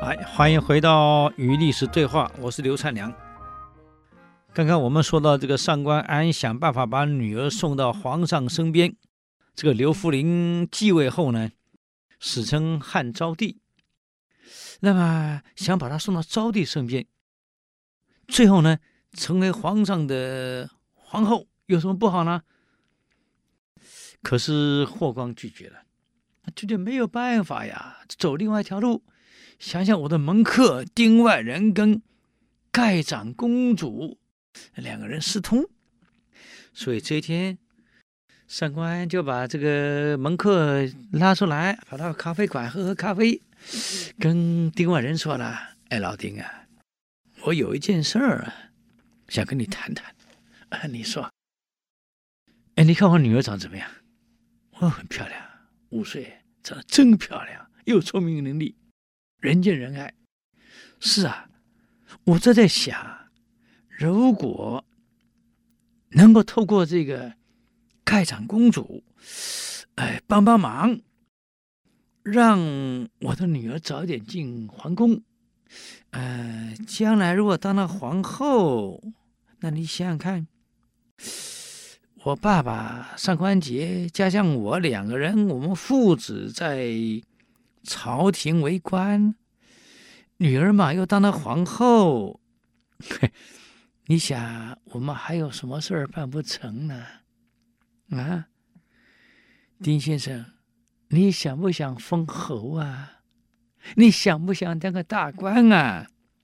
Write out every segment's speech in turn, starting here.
来，欢迎回到与历史对话，我是刘灿良。刚刚我们说到这个上官安想办法把女儿送到皇上身边，这个刘弗陵继位后呢，史称汉昭帝，那么想把他送到昭帝身边，最后呢成为皇上的皇后，有什么不好呢？可是霍光拒绝了，拒绝没有办法呀，走另外一条路。想想我的门客丁外人跟盖长公主两个人私通，所以这一天上官安就把这个门客拉出来，跑到咖啡馆喝咖啡，跟丁外人说了：“哎，老丁啊，我有一件事儿想跟你谈谈。你说，哎，你看我女儿长怎么样？很漂亮，5岁，长得真漂亮，又聪明伶俐，人见人爱。是啊，我这在想，如果能够透过这个盖长公主，帮帮忙，让我的女儿早点进皇宫，将来如果当了皇后，那你想想看，我爸爸上官桀加上我2个人，我们父子在朝廷为官，女儿嘛又当了皇后，你想我们还有什么事儿办不成呢？啊，丁先生，你想不想封侯啊？你想不想当个大官啊？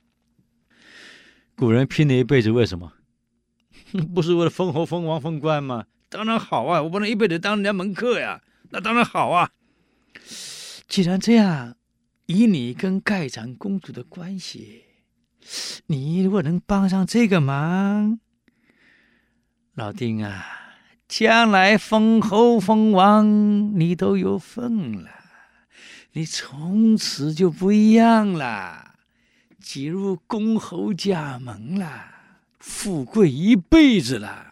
古人拼了一辈子，为什么？不是为了封侯、封王、封官吗？当然好啊，我不能一辈子当人家门客呀，那当然好啊。既然这样，以你跟盖长公主的关系，你如果能帮上这个忙，老丁啊，将来封侯封王你都有份了，你从此就不一样了，挤入公侯家门了，富贵一辈子了。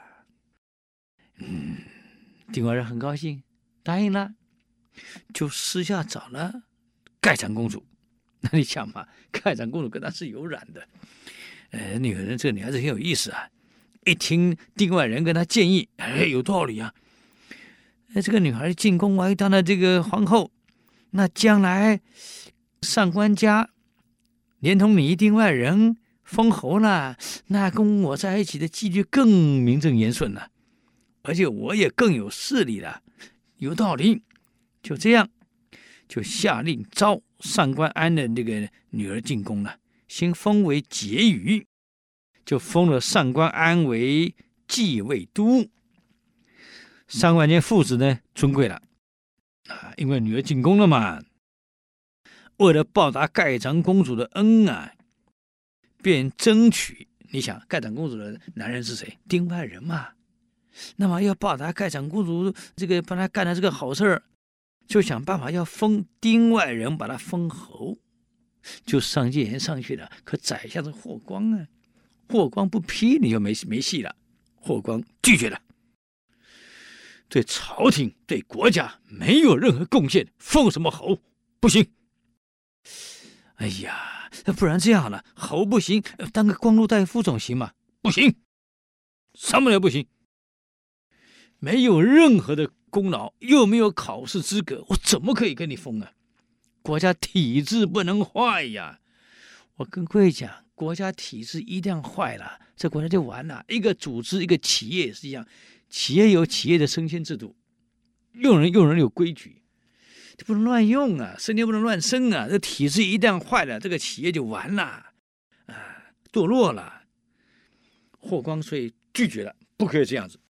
丁外人很高兴，答应了，就私下找了盖长公主。那你想嘛，盖长公主跟他是有染的，女人这个女孩子很有意思啊。一听丁外人跟他建议，有道理啊。这个女孩进宫完当了这个皇后，那将来上官家连同你丁外人封侯了，那跟我在一起的几率更名正言顺了，而且我也更有势力了，有道理。就这样，就下令招上官安的那个女儿进宫了，先封为婕妤，就封了上官安为继位都。上官家父子呢尊贵了因为女儿进宫了嘛，为了报答盖长公主的恩便争取。你想，盖长公主的男人是谁？丁外人嘛。那么要报答盖长公主这个帮他干的这个好事儿，就想办法要封丁外人，把他封侯，就上谏上去了。可宰相是霍光霍光不批，你就没戏了。霍光拒绝了，对朝廷对国家没有任何贡献，封什么侯不行。哎呀，不然这样好了，侯不行，当个光禄大夫总行嘛？不行，什么也不行，没有任何的功劳，又没有考试资格，我怎么可以跟你封啊？国家体制不能坏呀！我跟各位讲，国家体制一旦坏了，这国家就完了。一个组织，一个企业也是一样，企业有企业的升迁制度，用人有规矩，不能乱用升迁不能乱升这体制一旦坏了，这个企业就完了堕落了。霍光所以拒绝了，不可以这样子。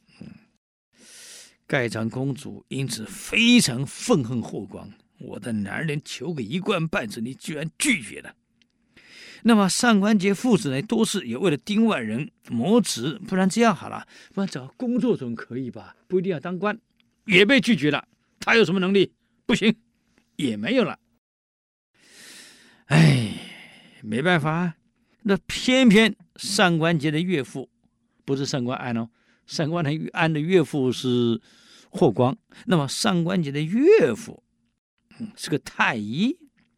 盖长公主因此非常愤恨霍光，我的男人求个一官半职，你居然拒绝了。那么上官桀父子呢，都是也为了丁外人谋职，不然这样好了，不然找工作总可以吧？不一定要当官，也被拒绝了。他有什么能力？不行，也没有了。没办法，那偏偏上官桀的岳父不是上官安上官安的岳父是霍光，那么上官桀的岳父是个太医，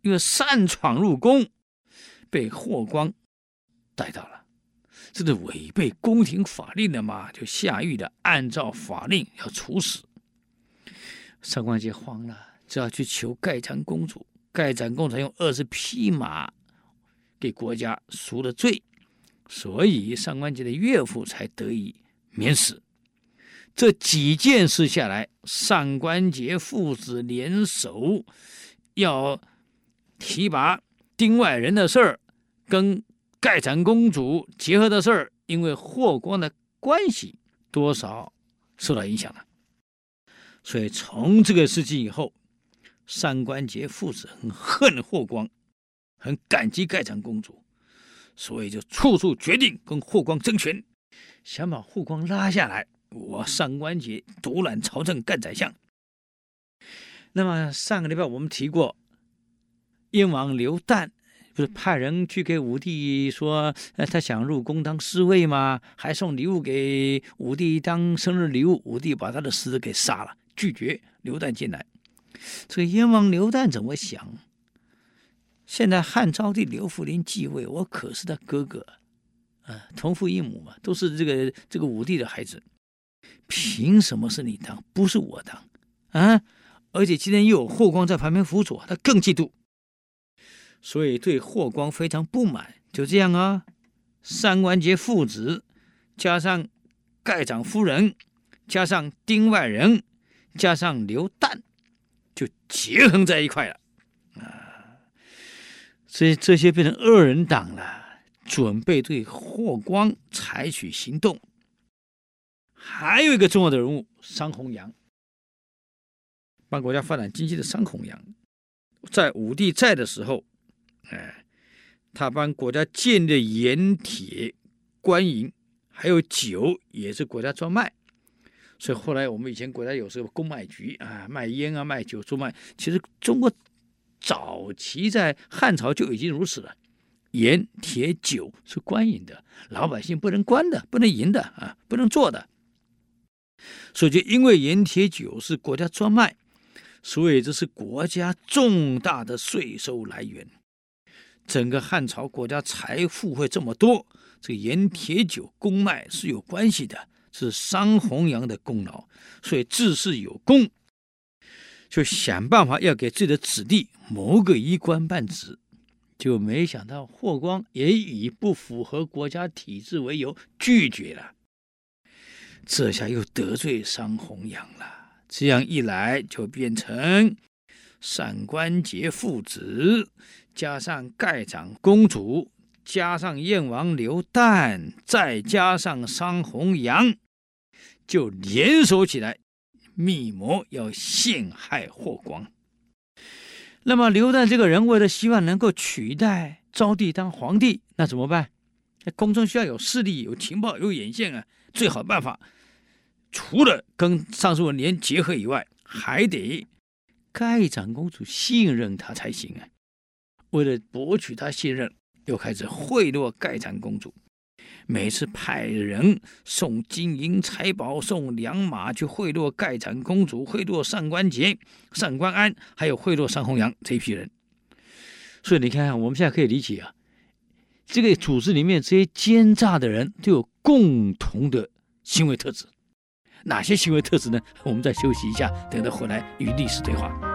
因为擅闯入宫，被霍光逮到了，这是违背宫廷法令的嘛，就下狱的，按照法令要处死。上官桀慌了，只要去求盖长公主。盖长公主用20匹马给国家赎了罪，所以上官桀的岳父才得以免死。这几件事下来，上官桀父子联手要提拔丁外人的事儿，跟盖长公主结合的事儿，因为霍光的关系多少受到影响了。所以从这个事情以后，上官桀父子很恨霍光，很感激盖长公主，所以就处处决定跟霍光争权，想把霍光拉下来，我上官桀独揽朝政干宰相。那么上个礼拜我们提过，燕王刘旦不是派人去给武帝说，他想入宫当侍卫吗？还送礼物给武帝当生日礼物，武帝把他的侄子给杀了，拒绝刘旦进来。这个燕王刘旦怎么想？现在汉昭帝刘弗陵继位，我可是他哥哥，同父异母嘛，都是这个武帝的孩子，凭什么是你当，不是我当啊？而且今天又有霍光在旁边辅佐，他更嫉妒，所以对霍光非常不满。就这样啊，上官桀父子加上盖长夫人，加上丁外人，加上刘旦，就结合在一块了啊！所以这些变成2人党了，准备对霍光采取行动。还有一个重要的人物，商弘羊，帮国家发展经济的商弘羊，在武帝在的时候，他帮国家建立盐铁官营，还有酒也是国家专卖。所以后来我们以前国家有时候公卖局啊，卖烟啊，卖酒专卖。其实中国早期在汉朝就已经如此了，盐铁酒是官营的，老百姓不能官的，不能营的啊，不能做的。所以就因为盐铁酒是国家专卖，所以这是国家重大的税收来源。整个汉朝国家财富会这么多，这个盐铁酒公卖是有关系的，是商弘羊的功劳。所以治世有功，就想办法要给自己的子弟谋个一官半职。就没想到霍光也以不符合国家体制为由拒绝了，这下又得罪商弘羊了。这样一来就变成上官桀父子加上盖长公主加上燕王刘旦再加上商弘羊，就联手起来密谋要陷害霍光。那么刘旦这个人为了希望能够取代昭帝当皇帝，那怎么办？宫中需要有势力、有情报、有眼线啊！最好的办法，除了跟上述人联结合以外，还得盖长公主信任他才行啊！为了博取他信任，又开始贿赂盖长公主，每次派人送金银财宝、送良马去贿赂盖长公主，贿赂上官桀、上官安，还有贿赂商弘羊这一批人。所以你看，我们现在可以理解啊，这个组织里面这些奸诈的人都有共同的行为特质。哪些行为特质呢？我们再休息一下，等到回来与历史对话。